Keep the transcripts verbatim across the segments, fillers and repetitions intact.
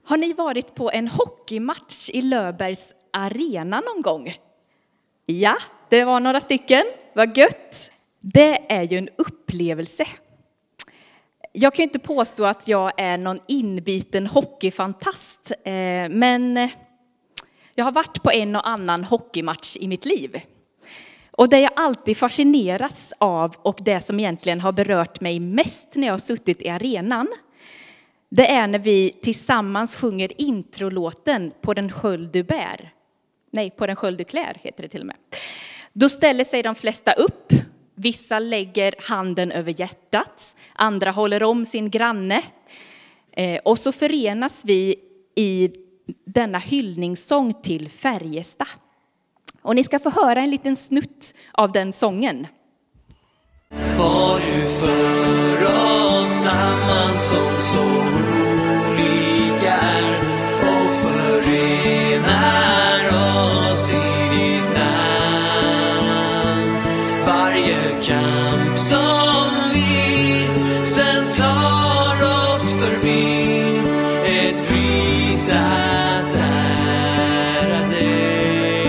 Har ni varit på en hockeymatch i Löfbergs arena någon gång? Ja, det var några stycken. Vad gött! Det är ju en upplevelse. Jag kan ju inte påstå att jag är någon inbiten hockeyfantast, men jag har varit på en och annan hockeymatch i mitt liv. Och det jag alltid fascineras av och det som egentligen har berört mig mest när jag har suttit i arenan, det är när vi tillsammans sjunger introlåten På den sköld du bär. Nej, På den sköld du klär heter det till och med. Då ställer sig de flesta upp. Vissa lägger handen över hjärtat. Andra håller om sin granne. Eh, och så förenas vi i denna hyllningssång till Färjestad. Och ni ska få höra en liten snutt av den sången. Var du för oss samman som så olika är och förenar oss i ditt namn. Varje kamp som vi sen tar oss förbi, ett pris att ära dig.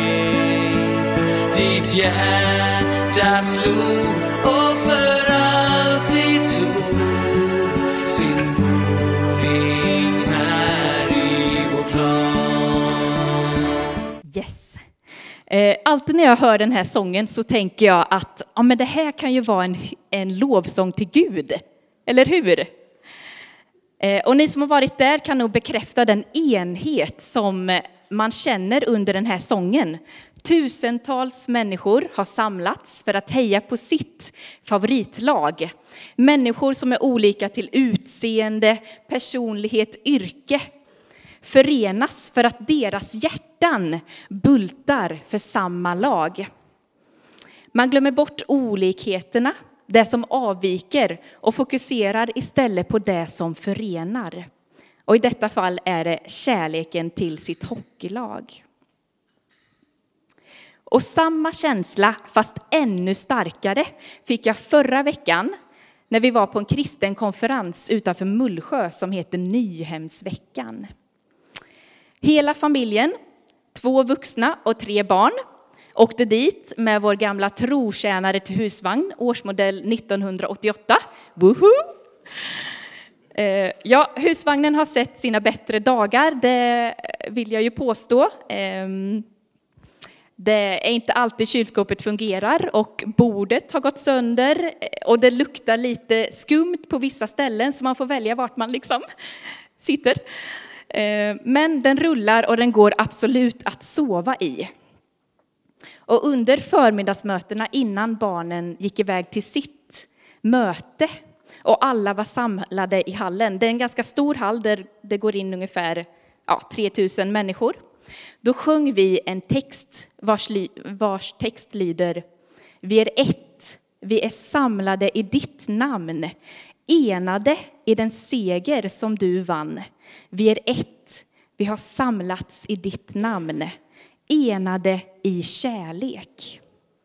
Ditt hjärta slog och för alltid tog sin boning här i vår plan. Yes. Eh, alltid när jag hör den här sången så tänker jag att ja, men det här kan ju vara en, en lovsång till Gud. Eller hur? Eh, och ni som har varit där kan nog bekräfta den enhet som man känner under den här sången. Tusentals människor har samlats för att heja på sitt favoritlag. Människor som är olika till utseende, personlighet, yrke. Förenas för att deras hjärtan bultar för samma lag. Man glömmer bort olikheterna, det som avviker, och fokuserar istället på det som förenar. Och i detta fall är det kärleken till sitt hockeylag. Och samma känsla, fast ännu starkare, fick jag förra veckan när vi var på en kristen konferens utanför Mullsjö som heter Nyhemsveckan. Hela familjen, två vuxna och tre barn, åkte dit med vår gamla trotjänare till husvagn, årsmodell nittonhundraåttioåtta. Woohoo! Ja, husvagnen har sett sina bättre dagar, det vill jag ju påstå. Det är inte alltid kylskåpet fungerar och bordet har gått sönder och det luktar lite skumt på vissa ställen så man får välja vart man liksom sitter. Men den rullar och den går absolut att sova i. Och under förmiddagsmötena innan barnen gick iväg till sitt möte och alla var samlade i hallen. Det är en ganska stor hall där det går in ungefär ja, tre tusen människor. Då sjöng vi en text vars, vars text lyder: Vi är ett, vi är samlade i ditt namn, enade i den seger som du vann. Vi är ett, vi har samlats i ditt namn, enade i kärlek.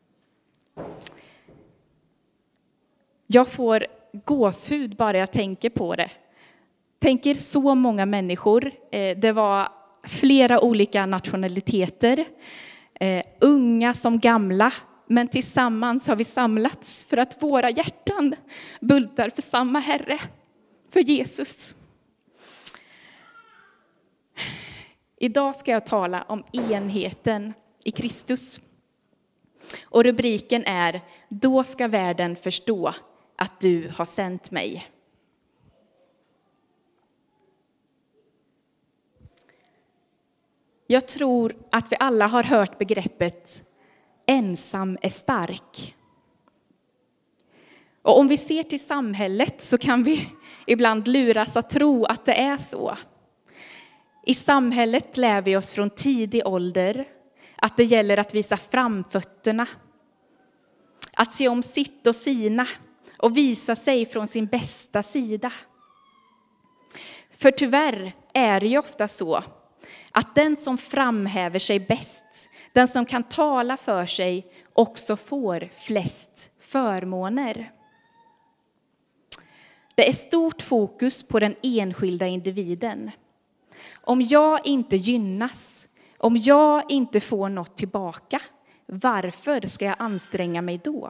Jag får gåshud bara jag tänker på det. Tänker så många människor. Det var flera olika nationaliteter. Unga som gamla. Men tillsammans har vi samlats för att våra hjärtan bultar för samma Herre. För Jesus. Idag ska jag tala om enheten i Kristus. Och rubriken är: Då ska världen förstå att du har sänt mig. Jag tror att vi alla har hört begreppet ensam är stark. Och om vi ser till samhället så kan vi ibland luras att tro att det är så. I samhället lär vi oss från tidig ålder att det gäller att visa framfötterna. Att se om sitt och sina och visa sig från sin bästa sida. För tyvärr är det ju ofta så att den som framhäver sig bäst, den som kan tala för sig, också får flest förmåner. Det är stort fokus på den enskilda individen. om jag inte gynnas, om jag inte får något tillbaka, varför ska jag anstränga mig då?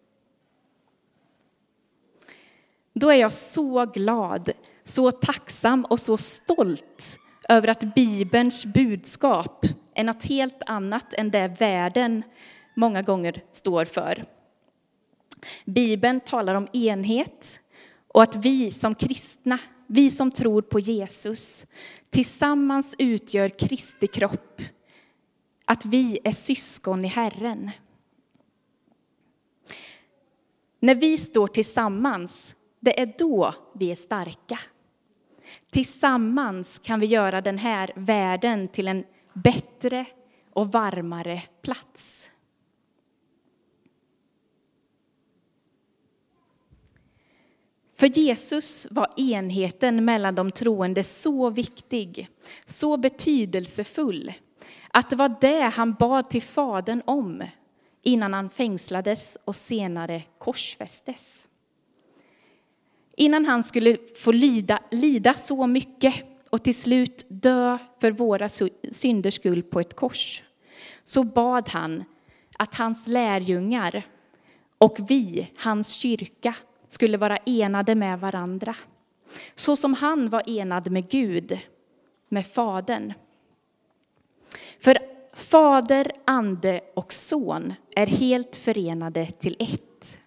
Då är jag så glad, så tacksam och så stolt över att Bibelns budskap är något helt annat än det världen många gånger står för. Bibeln talar om enhet och att vi som kristna, vi som tror på Jesus, tillsammans utgör Kristi kropp. Att vi är syskon i Herren. När vi står tillsammans, det är då vi är starka. Tillsammans kan vi göra den här världen till en bättre och varmare plats. För Jesus var enheten mellan de troende så viktig, så betydelsefull, att det var det han bad till Fadern om innan han fängslades och senare korsfästes. Innan han skulle få lida, lida så mycket och till slut dö för våra synders skull på ett kors, så bad han att hans lärjungar och vi, hans kyrka, skulle vara enade med varandra. Så som han var enad med Gud, med Fadern. För Fader, Ande och Son är helt förenade till ett.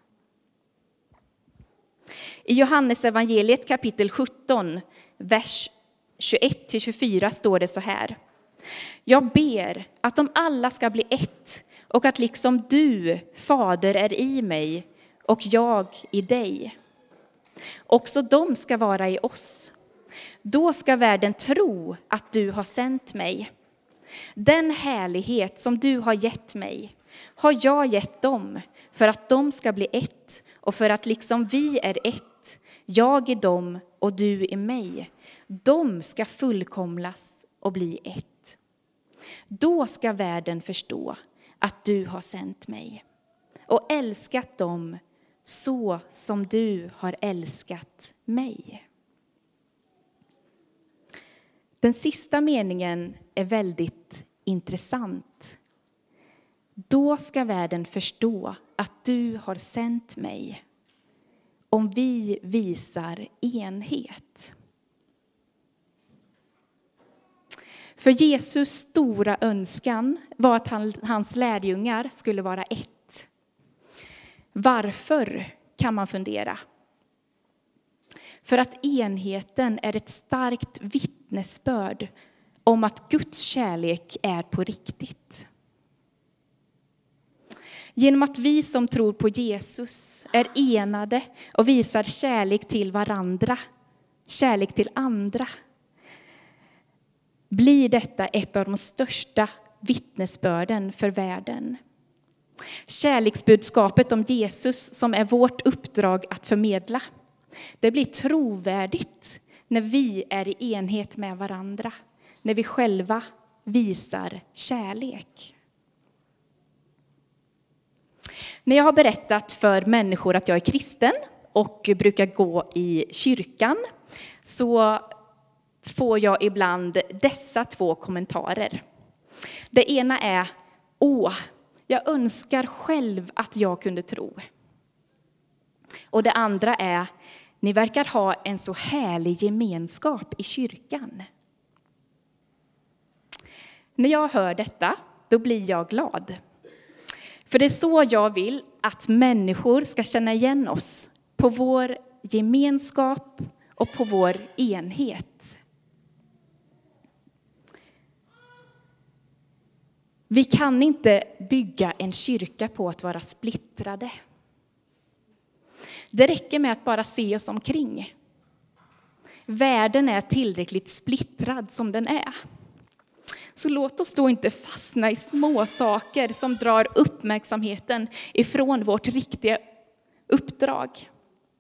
I Johannes evangeliet kapitel sjutton, vers tjugoett till tjugofyra står det så här. Jag ber att de alla ska bli ett och att liksom du, Fader, är i mig och jag i dig. Också de ska vara i oss. Då ska världen tro att du har sänt mig. Den härlighet som du har gett mig har jag gett dem för att de ska bli ett och för att liksom vi är ett, jag i dem och du i mig, de ska fullkomlas och bli ett. Då ska världen förstå att du har sänt mig och älskat dem så som du har älskat mig. Den sista meningen är väldigt intressant. Då ska världen förstå att du har sänt mig. Om vi visar enhet. För Jesus stora önskan var att han, hans lärjungar skulle vara ett. Varför, kan man fundera? För att enheten är ett starkt vittnesbörd om att Guds kärlek är på riktigt. Genom att vi som tror på Jesus är enade och visar kärlek till varandra, kärlek till andra, blir detta ett av de största vittnesbörden för världen. Kärleksbudskapet om Jesus som är vårt uppdrag att förmedla, det blir trovärdigt när vi är i enhet med varandra, när vi själva visar kärlek. När jag har berättat för människor att jag är kristen och brukar gå i kyrkan, så får jag ibland dessa två kommentarer. Det ena är: åh, jag önskar själv att jag kunde tro. Och det andra är: ni verkar ha en så härlig gemenskap i kyrkan. När jag hör detta, då blir jag glad. För det är så jag vill att människor ska känna igen oss på vår gemenskap och på vår enhet. Vi kan inte bygga en kyrka på att vara splittrade. Det räcker med att bara se oss omkring. Världen är tillräckligt splittrad som den är. Så låt oss då inte fastna i små saker som drar uppmärksamheten ifrån vårt riktiga uppdrag.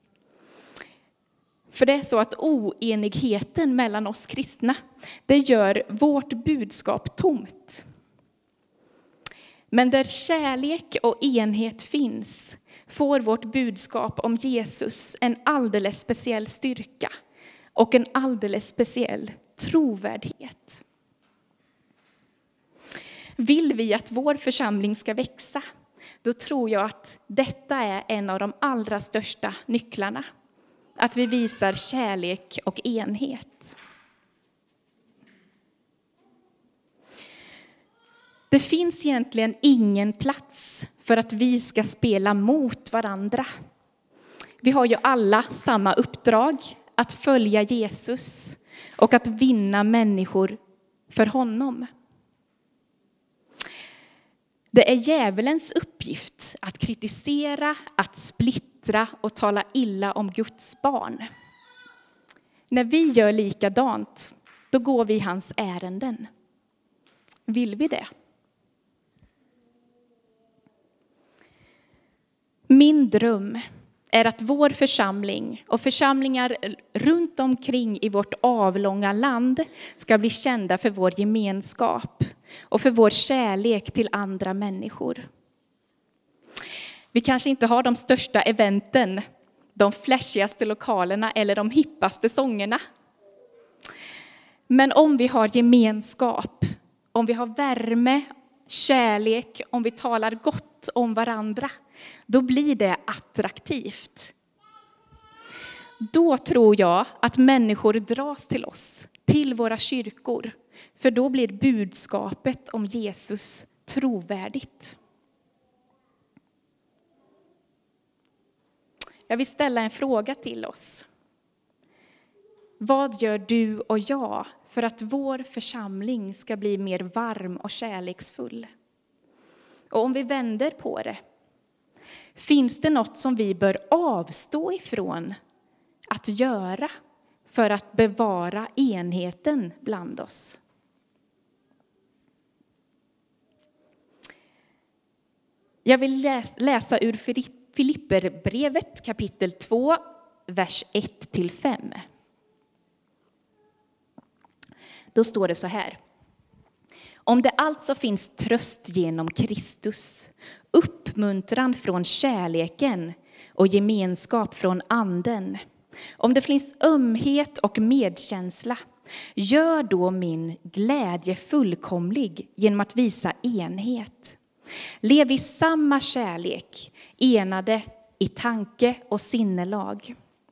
För det är så att oenigheten mellan oss kristna, det gör vårt budskap tomt. Men där kärlek och enhet finns, får vårt budskap om Jesus en alldeles speciell styrka och en alldeles speciell trovärdighet. Vill vi att vår församling ska växa, då tror jag att detta är en av de allra största nycklarna. Att vi visar kärlek och enhet. Det finns egentligen ingen plats för att vi ska spela mot varandra. Vi har ju alla samma uppdrag, att följa Jesus och att vinna människor för honom. Det är djävulens uppgift att kritisera, att splittra och tala illa om Guds barn. När vi gör likadant, då går vi hans ärenden. Vill vi det? Min dröm är att vår församling och församlingar runt omkring i vårt avlånga land ska bli kända för vår gemenskap och för vår kärlek till andra människor. Vi kanske inte har de största eventen, de flashigaste lokalerna eller de hippaste sångerna. Men om vi har gemenskap, om vi har värme, kärlek, om vi talar gott om varandra, då blir det attraktivt. Då tror jag att människor dras till oss, till våra kyrkor. För då blir budskapet om Jesus trovärdigt. Jag vill ställa en fråga till oss. Vad gör du och jag för att vår församling ska bli mer varm och kärleksfull? Och om vi vänder på det, finns det något som vi bör avstå ifrån att göra för att bevara enheten bland oss? Jag vill läsa ur Filipperbrevet kapitel två, vers ett till fem. Då står det så här. Om det alltså finns tröst genom Kristus, uppmuntran från kärleken och gemenskap från anden. Om det finns ömhet och medkänsla, gör då min glädje fullkomlig genom att visa enhet. Lev i samma kärlek, enade i tanke och sinnelag.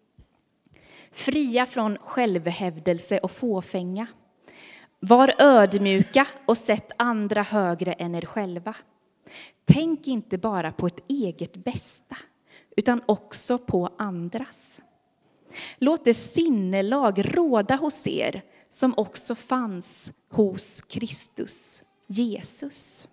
Fria från självhävdelse och fåfänga. Var ödmjuka och sätt andra högre än er själva. Tänk inte bara på ett eget bästa, utan också på andras. Låt det sinnelag råda hos er som också fanns hos Kristus, Jesus.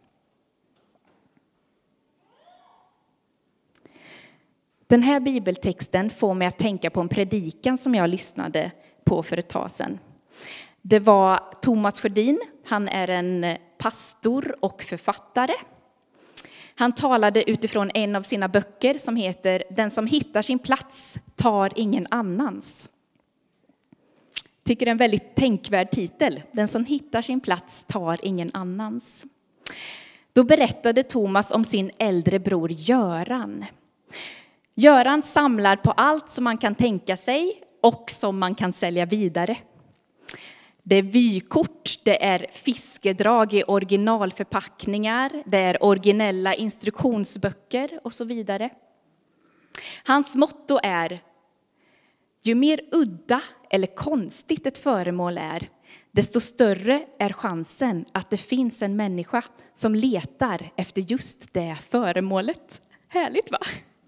Den här bibeltexten får mig att tänka på en predikan som jag lyssnade på för ett tag sedan. Det var Thomas Sjödin, han är en pastor och författare. Han talade utifrån en av sina böcker som heter Den som hittar sin plats tar ingen annans. Tycker det är en väldigt tänkvärd titel. Den som hittar sin plats tar ingen annans. Då berättade Thomas om sin äldre bror Göran. Göran samlar på allt som man kan tänka sig och som man kan sälja vidare. Det är vykort, det är fiskedrag i originalförpackningar, det är originella instruktionsböcker och så vidare. Hans motto är: ju mer udda eller konstigt ett föremål är, desto större är chansen att det finns en människa som letar efter just det föremålet. Härligt, va?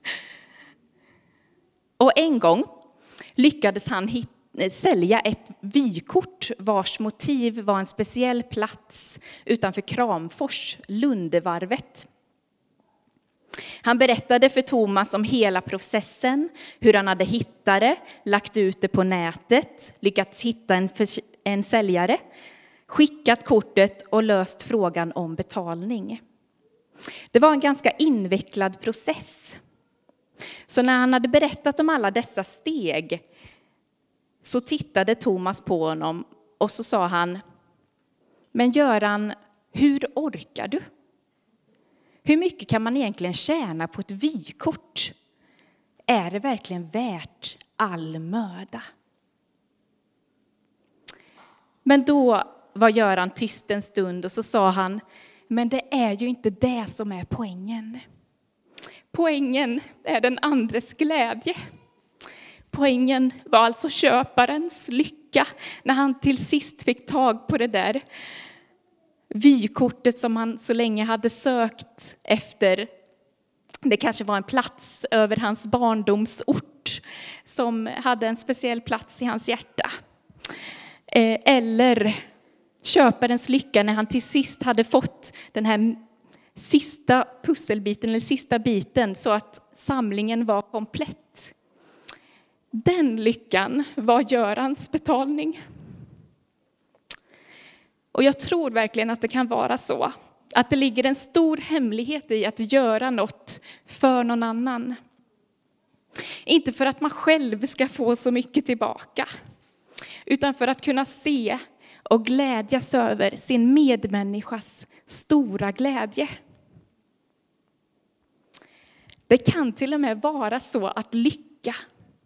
Och en gång lyckades han hitta sälja ett vykort vars motiv var en speciell plats utanför Kramfors, Lundevarvet. Han berättade för Thomas om hela processen, hur han hade hittat det, lagt ut det på nätet, lyckats hitta en, en säljare, skickat kortet och löst frågan om betalning. Det var en ganska invecklad process. Så när han hade berättat om alla dessa steg så tittade Thomas på honom och så sa han: men Göran, hur orkar du? Hur mycket kan man egentligen tjäna på ett vykort? Är det verkligen värt all möda? Men då var Göran tyst en stund och så sa han, men det är ju inte det som är poängen. Poängen är den andres glädje. Poängen var alltså köparens lycka när han till sist fick tag på det där vykortet som han så länge hade sökt efter. Det kanske var en plats över hans barndomsort som hade en speciell plats i hans hjärta. Eller köparens lycka när han till sist hade fått den här sista pusselbiten eller sista biten så att samlingen var komplett. Den lyckan var Görans betalning. Och jag tror verkligen att det kan vara så. Att det ligger en stor hemlighet i att göra något för någon annan. Inte för att man själv ska få så mycket tillbaka. Utan för att kunna se och glädjas över sin medmänniskas stora glädje. Det kan till och med vara så att lycka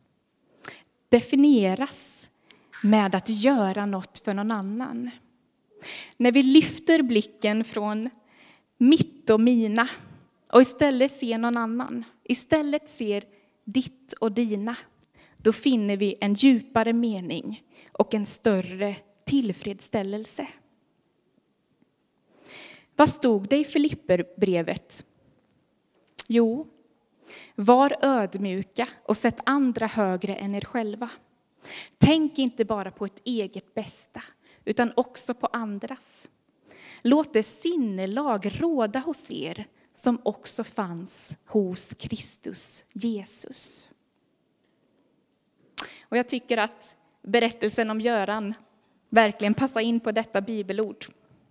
definieras med att göra något för någon annan. När vi lyfter blicken från mitt och mina och istället ser någon annan, istället ser ditt och dina, då finner vi en djupare mening och en större tillfredsställelse. Vad stod det i Filipperbrevet? Jo, var ödmjuka och sätt andra högre än er själva. Tänk inte bara på ett eget bästa, utan också på andras. Låt det sinnelag råda hos er som också fanns hos Kristus Jesus. Och jag tycker att berättelsen om Göran verkligen passar in på detta bibelord.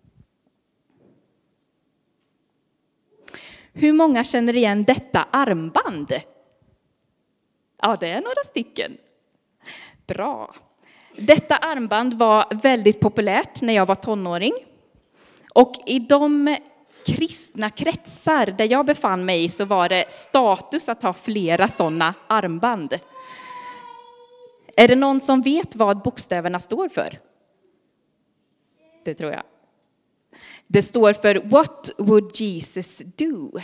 Hur många känner igen detta armband? Ja, det är några stycken. Bra. Detta armband var väldigt populärt när jag var tonåring. Och i de kristna kretsar där jag befann mig i så var det status att ha flera sådana armband. Är det någon som vet vad bokstäverna står för? Det tror jag. Det står för What would Jesus do?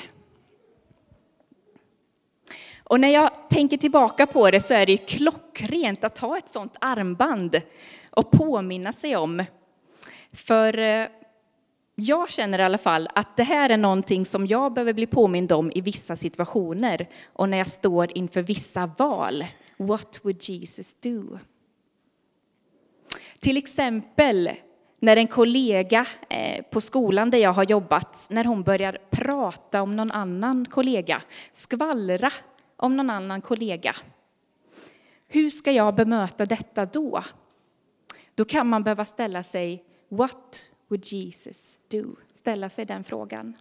Och när jag tänker tillbaka på det så är det ju klockrent att ha ett sådant armband och påminna sig om. För jag känner i alla fall att det här är någonting som jag behöver bli påmind om i vissa situationer. Och när jag står inför vissa val. What would Jesus do? Till exempel när en kollega på skolan där jag har jobbat, när hon börjar prata om någon annan kollega, skvallra om någon annan kollega. Hur ska jag bemöta detta då? Då kan man behöva ställa sig, what would Jesus do? Ställa sig den frågan.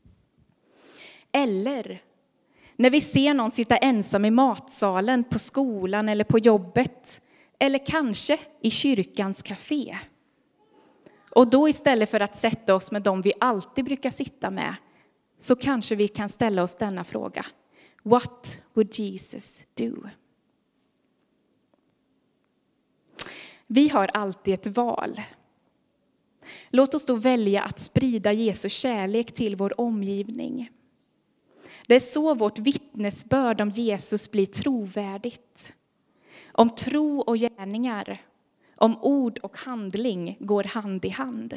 Eller när vi ser någon sitta ensam i matsalen på skolan eller på jobbet, eller kanske i kyrkans café. Och då istället för att sätta oss med dem vi alltid brukar sitta med, så kanske vi kan ställa oss denna fråga. What would Jesus do? Vi har alltid ett val. Låt oss då välja att sprida Jesu kärlek till vår omgivning. Det är så vårt vittnesbörd om Jesus blir trovärdigt. Om tro och gärningar, om ord och handling går hand i hand.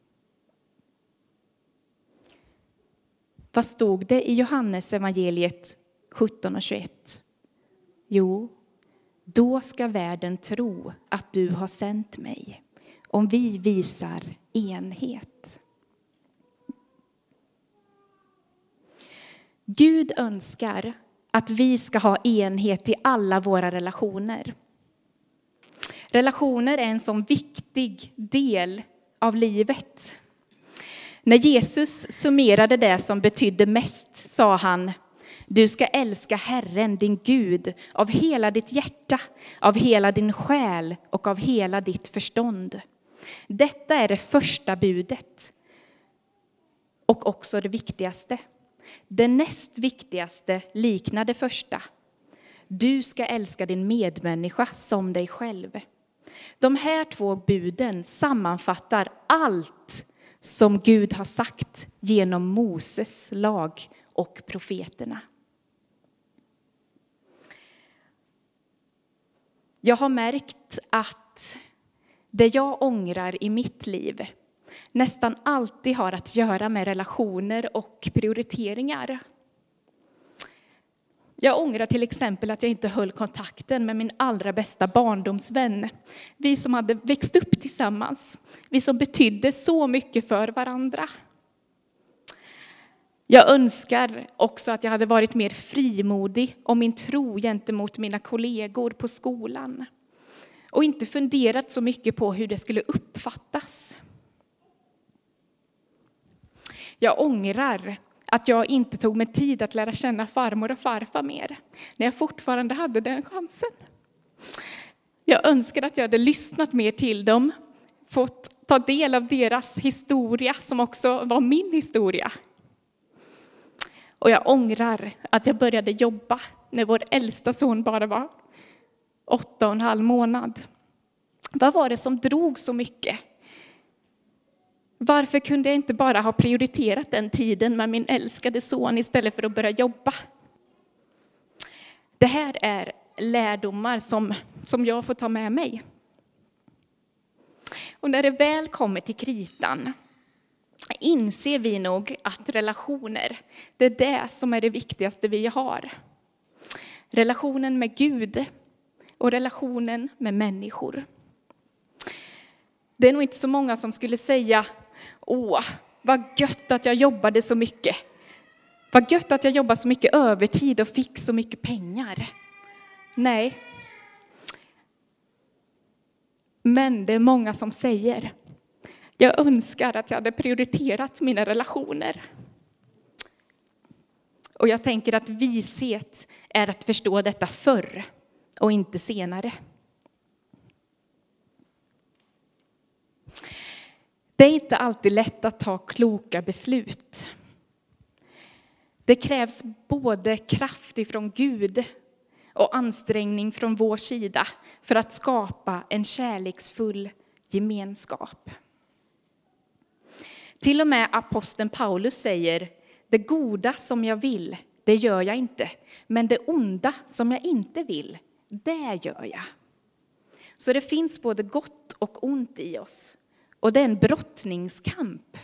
Vad stod det i Johannes evangeliet sjutton och tjugoett? Jo, då ska världen tro att du har sänt mig, om vi visar enhet. Gud önskar att vi ska ha enhet i alla våra relationer. Relationer är en sån viktig del av livet. När Jesus summerade det som betydde mest sa han: du ska älska Herren din Gud av hela ditt hjärta, av hela din själ och av hela ditt förstånd. Detta är det första budet och också det viktigaste. Det näst viktigaste liknar det första. Du ska älska din medmänniska som dig själv. De här två buden sammanfattar allt som Gud har sagt genom Moses lag och profeterna. Jag har märkt att det jag ångrar i mitt liv nästan alltid har att göra med relationer och prioriteringar. Jag ångrar till exempel att jag inte höll kontakten med min allra bästa barndomsvän. Vi som hade växt upp tillsammans. Vi som betydde så mycket för varandra. Jag önskar också att jag hade varit mer frimodig om min tro gentemot mina kollegor på skolan. Och inte funderat så mycket på hur det skulle uppfattas. Jag ångrar att jag inte tog mig tid att lära känna farmor och farfar mer, när jag fortfarande hade den chansen. Jag önskar att jag hade lyssnat mer till dem, fått ta del av deras historia som också var min historia. Och jag ångrar att jag började jobba när vår äldsta son bara var åtta och en halv månad. Vad var det som drog så mycket? Varför kunde jag inte bara ha prioriterat den tiden med min älskade son istället för att börja jobba? Det här är lärdomar som, som jag får ta med mig. Och när det väl kommer till kritan inser vi nog att relationer, det är det som är det viktigaste vi har. Relationen med Gud och relationen med människor. Det är nog inte så många som skulle säga: åh, vad gött att jag jobbade så mycket. Vad gött att jag jobbade så mycket övertid och fick så mycket pengar. Nej. Men det är många som säger: jag önskar att jag hade prioriterat mina relationer. Och jag tänker att vishet är att förstå detta förr och inte senare. Det är inte alltid lätt att ta kloka beslut. Det krävs både kraft ifrån Gud och ansträngning från vår sida för att skapa en kärleksfull gemenskap. Till och med aposteln Paulus säger: det goda som jag vill, det gör jag inte. Men det onda som jag inte vill, det gör jag. Så det finns både gott och ont i oss. Och det är en brottningskamp.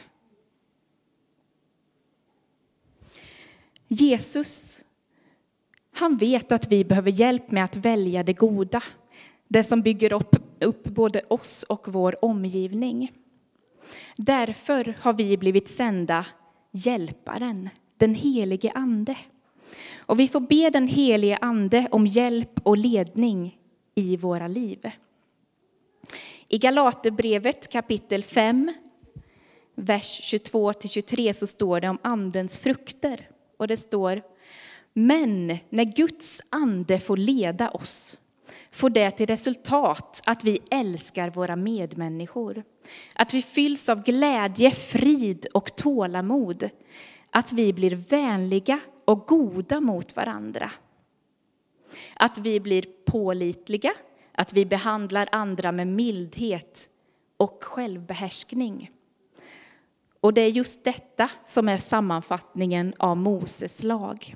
Jesus, han vet att vi behöver hjälp med att välja det goda. Det som bygger upp, upp både oss och vår omgivning. Därför har vi blivit sända hjälparen, den helige ande. Och vi får be den helige ande om hjälp och ledning i våra liv. I Galaterbrevet kapitel fem, vers tjugotvå till tjugotre så står det om andens frukter. Och det står: men när Guds ande får leda oss, får det till resultat att vi älskar våra medmänniskor. Att vi fylls av glädje, frid och tålamod. Att vi blir vänliga och goda mot varandra. Att vi blir pålitliga. Att vi behandlar andra med mildhet och självbehärskning. Och det är just detta som är sammanfattningen av Moses lag.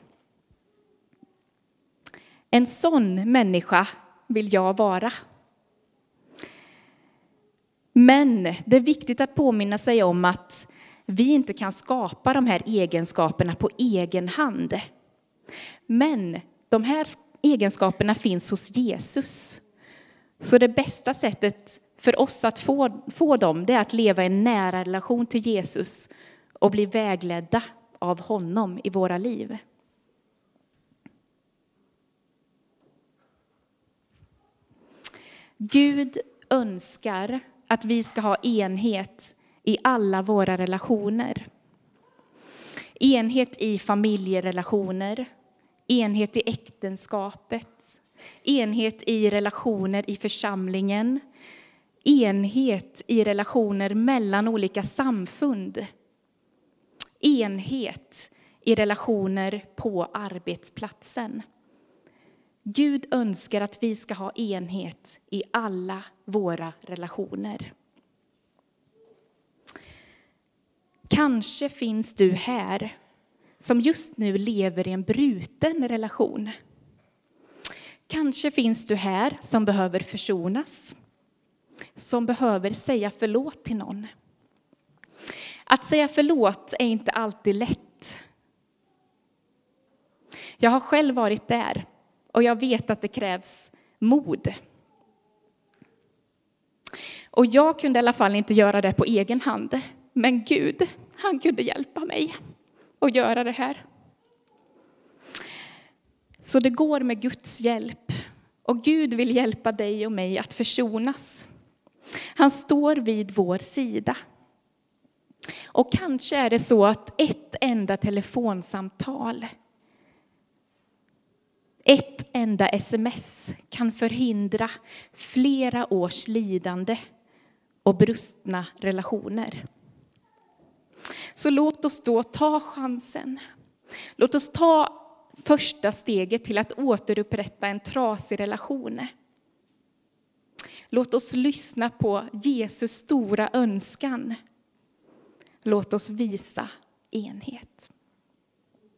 En sån människa vill jag vara. Men det är viktigt att påminna sig om att vi inte kan skapa de här egenskaperna på egen hand. Men de här egenskaperna finns hos Jesus. Så det bästa sättet för oss att få, få dem, det är att leva i en nära relation till Jesus och bli vägledda av honom i våra liv. Gud önskar att vi ska ha enhet i alla våra relationer. Enhet i familjerelationer, enhet i äktenskapet, enhet i relationer i församlingen, enhet i relationer mellan olika samfund, enhet i relationer på arbetsplatsen. Gud önskar att vi ska ha enhet i alla våra relationer. Kanske finns du här som just nu lever i en bruten relation. Kanske finns du här som behöver försonas. Som behöver säga förlåt till någon. Att säga förlåt är inte alltid lätt. Jag har själv varit där och jag vet att det krävs mod. Och jag kunde i alla fall inte göra det på egen hand. Men Gud, han kunde hjälpa mig att göra det här. Så det går med Guds hjälp. Och Gud vill hjälpa dig och mig att försonas. Han står vid vår sida. Och kanske är det så att ett enda telefonsamtal, ett enda sms kan förhindra flera års lidande och brustna relationer. Så låt oss då ta chansen. Låt oss ta första steget till att återupprätta en trasig relation. Låt oss lyssna på Jesus stora önskan. Låt oss visa enhet.